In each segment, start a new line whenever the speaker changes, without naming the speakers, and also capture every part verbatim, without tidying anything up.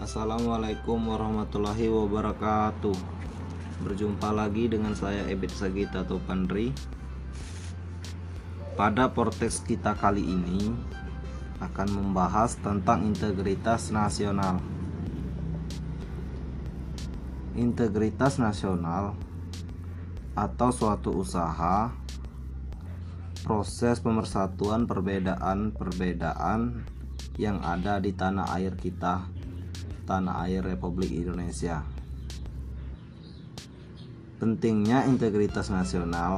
Assalamualaikum warahmatullahi wabarakatuh. Berjumpa lagi dengan saya Ebit Sagita Topandri. Pada podcast kita kali ini akan membahas tentang integritas nasional. Integritas nasional atau suatu usaha proses pemersatuan perbedaan-perbedaan yang ada di tanah air kita, tanah air Republik Indonesia. Pentingnya integritas nasional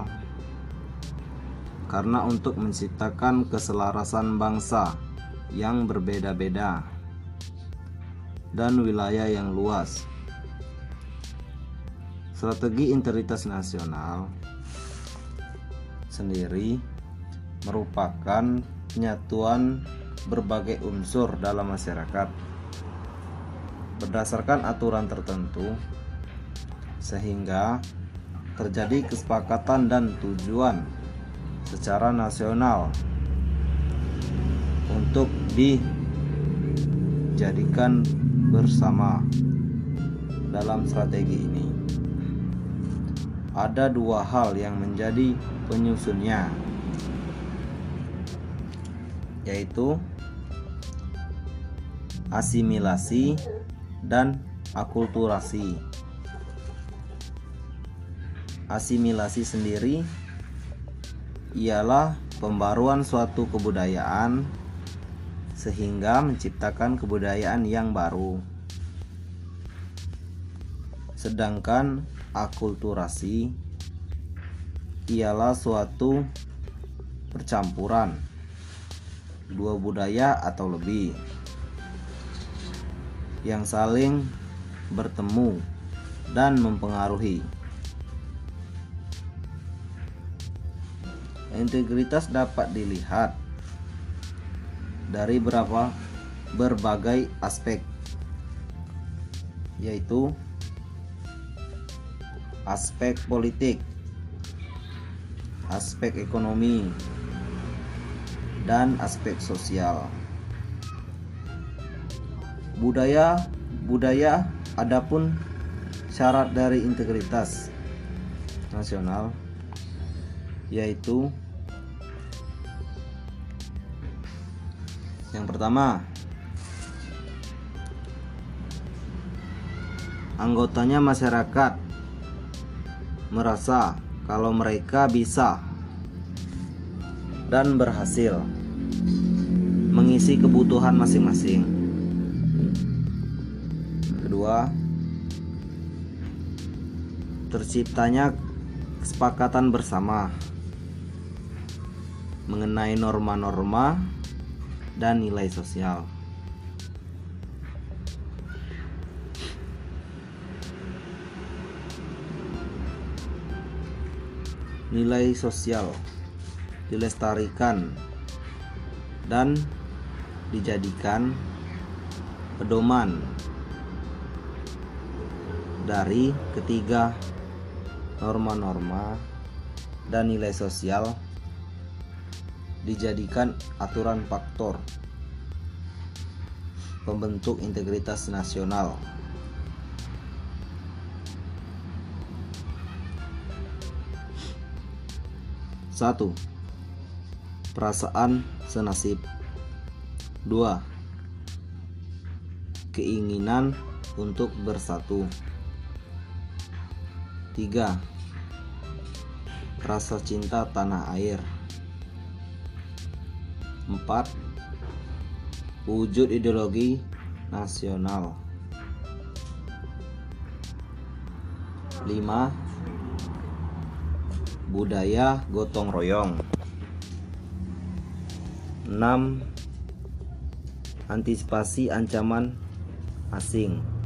karena untuk menciptakan keselarasan bangsa yang berbeda-beda dan wilayah yang luas. Strategi integritas nasional sendiri merupakan penyatuan berbagai unsur dalam masyarakat berdasarkan aturan tertentu sehingga terjadi kesepakatan dan tujuan secara nasional untuk dijadikan bersama. Dalam strategi ini ada dua hal yang menjadi penyusunnya, yaitu asimilasi dan akulturasi. Asimilasi sendiri ialah pembaruan suatu kebudayaan sehingga menciptakan kebudayaan yang baru. Sedangkan akulturasi ialah suatu percampuran dua budaya atau lebih yang saling bertemu dan mempengaruhi. Integritas dapat dilihat dari berapa berbagai aspek, yaitu aspek politik, aspek ekonomi, dan aspek sosial. Budaya budaya adapun syarat dari integritas nasional, yaitu yang pertama, anggotanya masyarakat merasa kalau mereka bisa dan berhasil mengisi kebutuhan masing-masing. Kedua, terciptanya kesepakatan bersama mengenai norma-norma dan nilai sosial. Nilai sosial dilestarikan dan dijadikan pedoman dari ketiga norma-norma dan nilai sosial, dijadikan aturan faktor pembentuk integritas nasional. Satu, perasaan senasib. Dua, keinginan untuk bersatu. Tiga, rasa cinta tanah air. Empat, wujud ideologi nasional. Lima, budaya gotong royong. Enam, antisipasi ancaman asing.